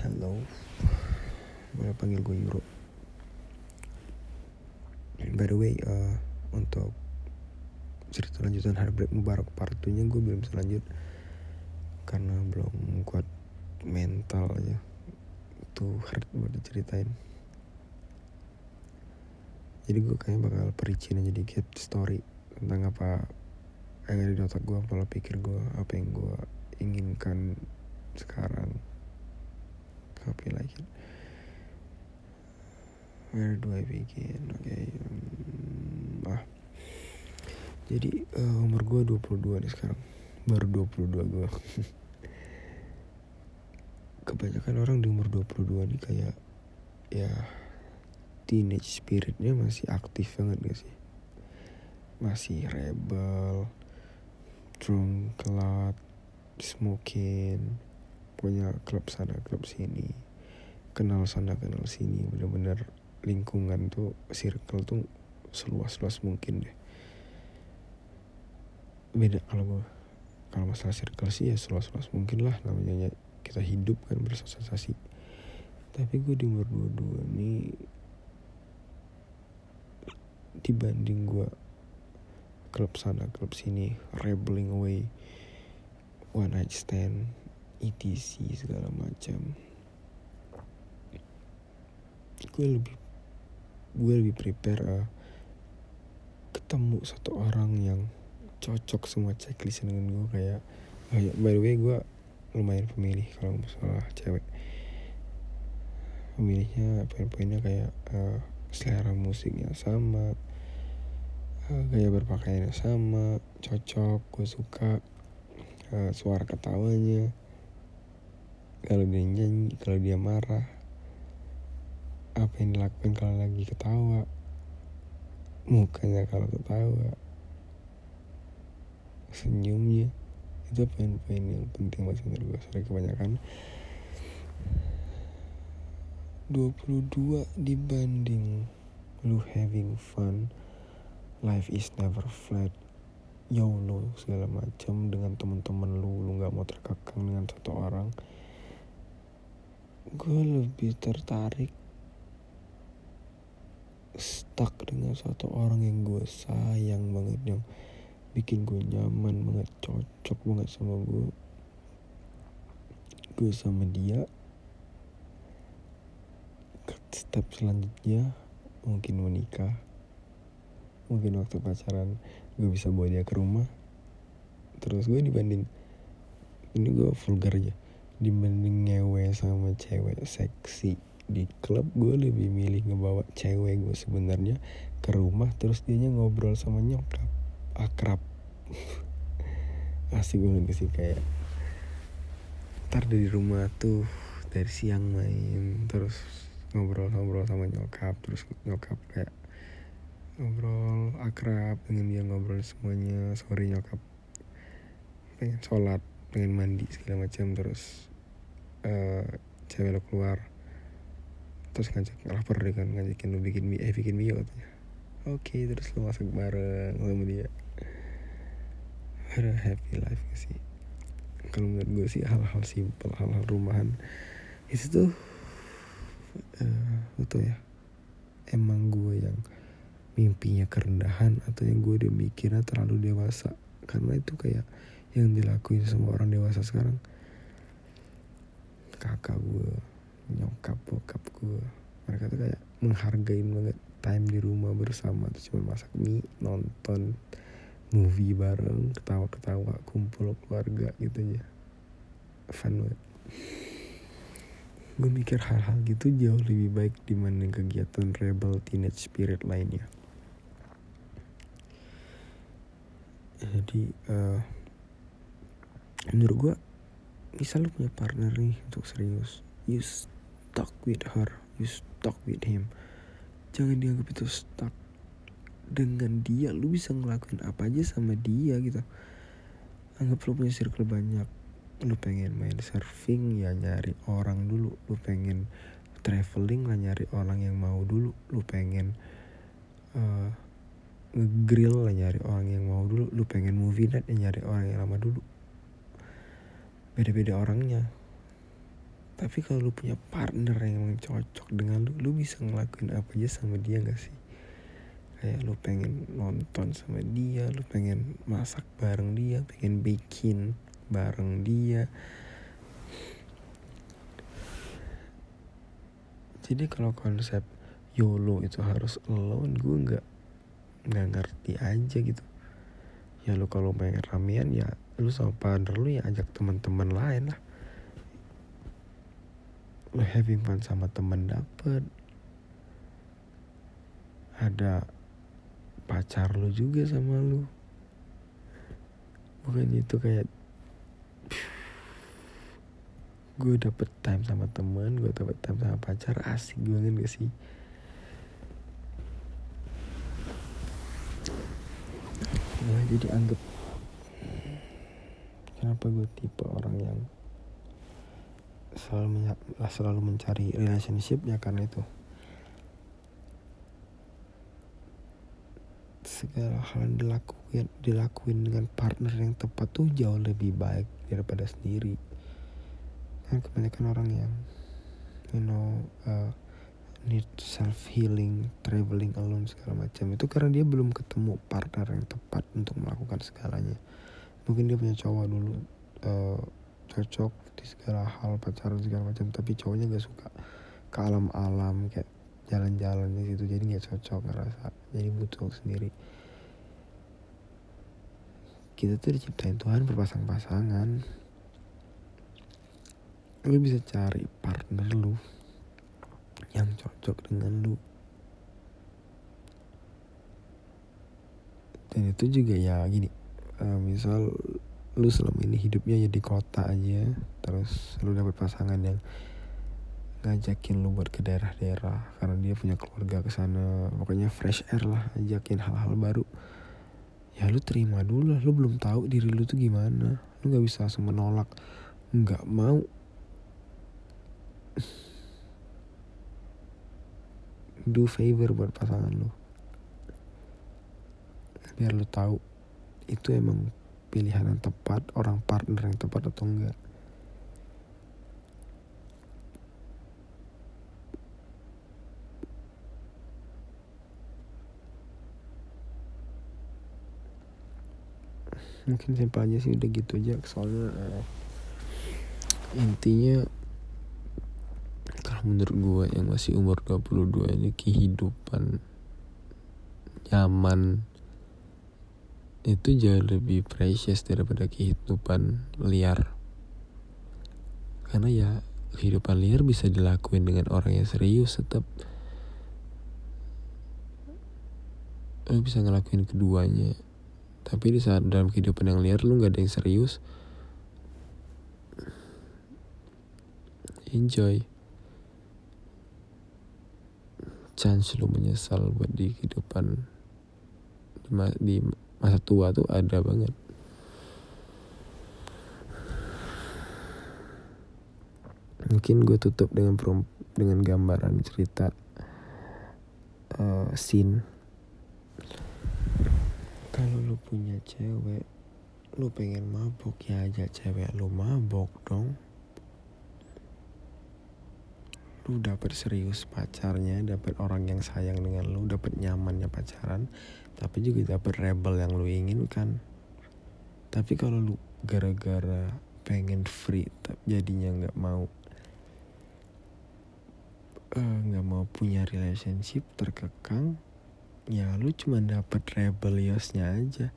Halo, boleh panggil gue Yuro. By the way, untuk cerita lanjutan Heartbreak Mubarak part 2 nya gue belum bisa lanjut karena belum kuat mental ya. Itu hard buat diceritain. Jadi gue kayaknya bakal pericin aja dikit story tentang apa yang ada di otak gue, pola pikir gue, apa yang gue inginkan sekarang. Copy like it. Where do I begin? Okay. Jadi umur gue 22 nih sekarang. Baru 22 gue. Kebanyakan orang di umur 22 nih kayak ya teenage spiritnya masih aktif banget gak sih? Masih rebel, drunk, cloud, smoking, punya klub sana klub sini, kenal sana kenal sini. Bener-bener lingkungan tuh, circle tuh seluas-luas mungkin deh. Beda kalau masalah circle sih ya seluas-luas mungkin lah, namanya kita hidup kan bersosialisasi. Tapi gue di umur 22 nih, dibanding gue klub sana klub sini, rebelling away, one night stand, etc segala macam, gue lebih prepare ketemu satu orang yang cocok semua checklist dengan gue. Kayak by the way, gue lumayan pemilih kalau masalah cewek. Pemilihnya poin-poinnya kayak selera musiknya sama, gaya berpakaiannya sama, cocok, gue suka, suara ketawanya, kalau dia nyanyi, kalau dia marah, apa yang dilakukan kalau lagi ketawa, mukanya kalau ketawa, senyumnya. Itu poin-poin yang penting banget menurut gue. Sorry kebanyakan. 22 dibanding lu having fun, life is never flat, YOLO segala macam dengan teman-teman lu nggak mau terkekang dengan satu orang. Gue lebih tertarik stuck dengan satu orang yang gue sayang banget, yang bikin gue nyaman banget, cocok banget sama gue sama dia. Step selanjutnya mungkin menikah, mungkin waktu pacaran gue bisa bawa dia ke rumah. Terus gue dibanding, ini gue vulgar aja, dibanding ngewe sama cewek seksi di klub, gue lebih milih ngebawa cewek gue sebenarnya ke rumah, terus dianya ngobrol sama nyokap, akrab. Asik banget sih, kayak ntar dari rumah tuh dari siang main, terus ngobrol sama nyokap, terus nyokap kayak ngobrol akrab dengan dia, ngobrol semuanya. Sorry nyokap pengen sholat, pengen mandi segala macam, terus cewek lo keluar, terus ngajak lapar deh kan, ngajakin lo bikin mie katanya. Oke, terus lo masak bareng sama dia. Ada happy life gak sih? Kalau menurut gue sih hal-hal simple, hal-hal rumahan itu tuh betul ya, emang gue yang mimpinya kerendahan atau yang gue udah mikirnya terlalu dewasa. Karena itu kayak yang dilakuin semua orang dewasa sekarang. Kakak gue, nyokap, bokap gue, mereka tuh kayak menghargain banget time di rumah bersama, tuh cuma masak mie, nonton movie bareng, ketawa-ketawa, kumpul keluarga gitu aja. Fun banget. Gue mikir hal-hal gitu jauh lebih baik dibanding kegiatan rebel teenage spirit lainnya. Jadi menurut gue, misal lu punya partner nih untuk serius, you stuck with her, you stuck with him. Jangan dianggap itu stuck. Dengan dia lu bisa ngelakuin apa aja sama dia gitu. Anggap lu punya circle banyak, lu pengen main surfing ya nyari orang dulu, lu pengen traveling lah nyari orang yang mau dulu, lu pengen ngegrill lah nyari orang yang mau dulu, lu pengen movie night ya nyari orang yang lama dulu. Beda-beda orangnya, Tapi kalau lu punya partner yang emang cocok dengan lu bisa ngelakuin apa aja sama dia gak sih? Kayak lu pengen nonton sama dia, lu pengen masak bareng dia, pengen bikin bareng dia. Jadi kalau konsep YOLO itu harus alone, gue nggak ngerti aja gitu. Ya lu kalau pengen ramean ya lu sama partner lu ya ajak teman-teman lain lah. Lu having fun sama temen dapet, ada pacar lu juga sama lu, bukan itu kayak gue dapet time sama teman, gue dapet time sama pacar, asik banget gak sih? Nah, jadi anggap kenapa gue tipe orang yang selalu mencari relationship ya karena itu. Segala hal yang dilakuin dengan partner yang tepat tuh jauh lebih baik daripada sendiri. Kan kebanyakan orang yang need self healing, traveling alone segala macam itu karena dia belum ketemu partner yang tepat untuk melakukan segalanya. Mungkin dia punya cowok dulu cocok di segala hal, pacaran segala macam, tapi cowoknya nggak suka ke alam-alam kayak jalan-jalan di situ, jadi nggak cocok ngerasa, jadi butuh sendiri. Kita tuh diciptain Tuhan berpasang-pasangan. Lu bisa cari partner lu yang cocok dengan lu. Dan itu juga ya gini, misal lu selama ini hidupnya ya di kota aja, terus lu dapet pasangan yang ngajakin lu buat ke daerah-daerah karena dia punya keluarga ke sana, pokoknya fresh air lah, ajakin hal-hal baru. Ya lu terima dulu lah, lu belum tahu diri lu tuh gimana. Lu nggak bisa langsung menolak, nggak mau. Do favor buat pasangan lu, biar lu tahu itu emang pilihan yang tepat, orang partner yang tepat atau enggak. Mungkin simpel aja sih, udah gitu aja. Soalnya intinya kalau menurut gue yang masih umur 22 ini, kehidupan nyaman itu jauh lebih precious daripada kehidupan liar. Karena ya kehidupan liar bisa dilakuin dengan orang yang serius, tetap lu bisa ngelakuin keduanya. Tapi di saat dalam kehidupan yang liar lu gak ada yang serius, enjoy. Chance lu menyesal buat di kehidupan di masa tua tuh ada banget. Mungkin gue tutup dengan gambaran cerita scene. Kalau lu punya cewek, lu pengen mabok, ya aja cewek lu mabok dong. Lu dapet serius pacarnya, dapet orang yang sayang dengan lu, dapet nyamannya pacaran, tapi juga dapet rebel yang lu inginkan. Tapi kalau lu gara-gara pengen free jadinya nggak mau punya relationship, terkekang, ya lu cuma dapet rebellious-nya aja.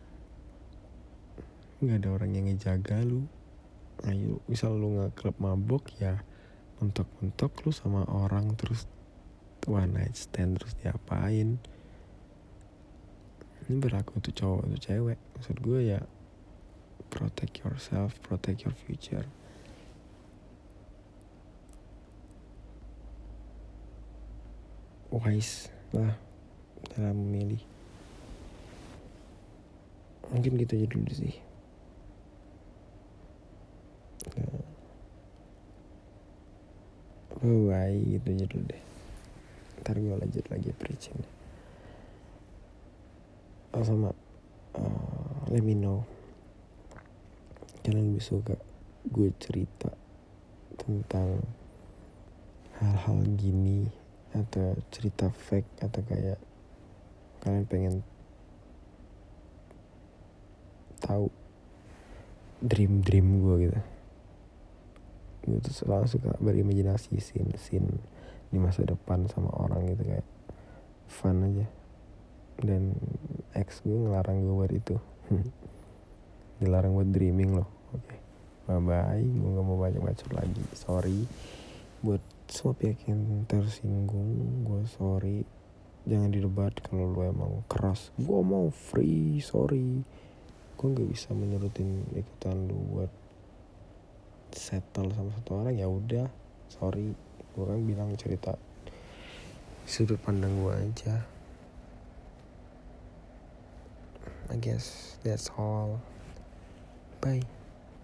Nggak ada orang yang ngejaga lu. Ayo, misal lu nggak klub mabok, ya mentok-mentok lu sama orang terus one night stand, terus diapain. Ini berlaku untuk cowok atau cewek. Maksud gue ya, protect yourself, protect your future. Wise lah dalam memilih. Mungkin gitu aja dulu sih. Bye gitu aja dulu deh. Ntar gue lanjut lagi preaching. Sama let me know kalian lebih suka gue cerita tentang hal-hal gini, atau cerita fake, atau kayak kalian pengen tahu dream gue gitu. Gue tuh selalu suka berimajinasi scene di masa depan sama orang gitu, kayak fun aja. Dan ex gue ngelarang gue buat itu. Dilarang buat dreaming loh. Oke, bye-bye. Gue gak mau banyak bacot lagi. Sorry buat semua pihak yang tersinggung. Gue sorry. Jangan didebat kalau lu emang keras. Gue mau free, sorry. Gue gak bisa menyurutin ikutan lu buat settle sama satu orang. Ya udah, sorry. Gue kan bilang cerita sudut pandang gue aja. I guess that's all. Bye.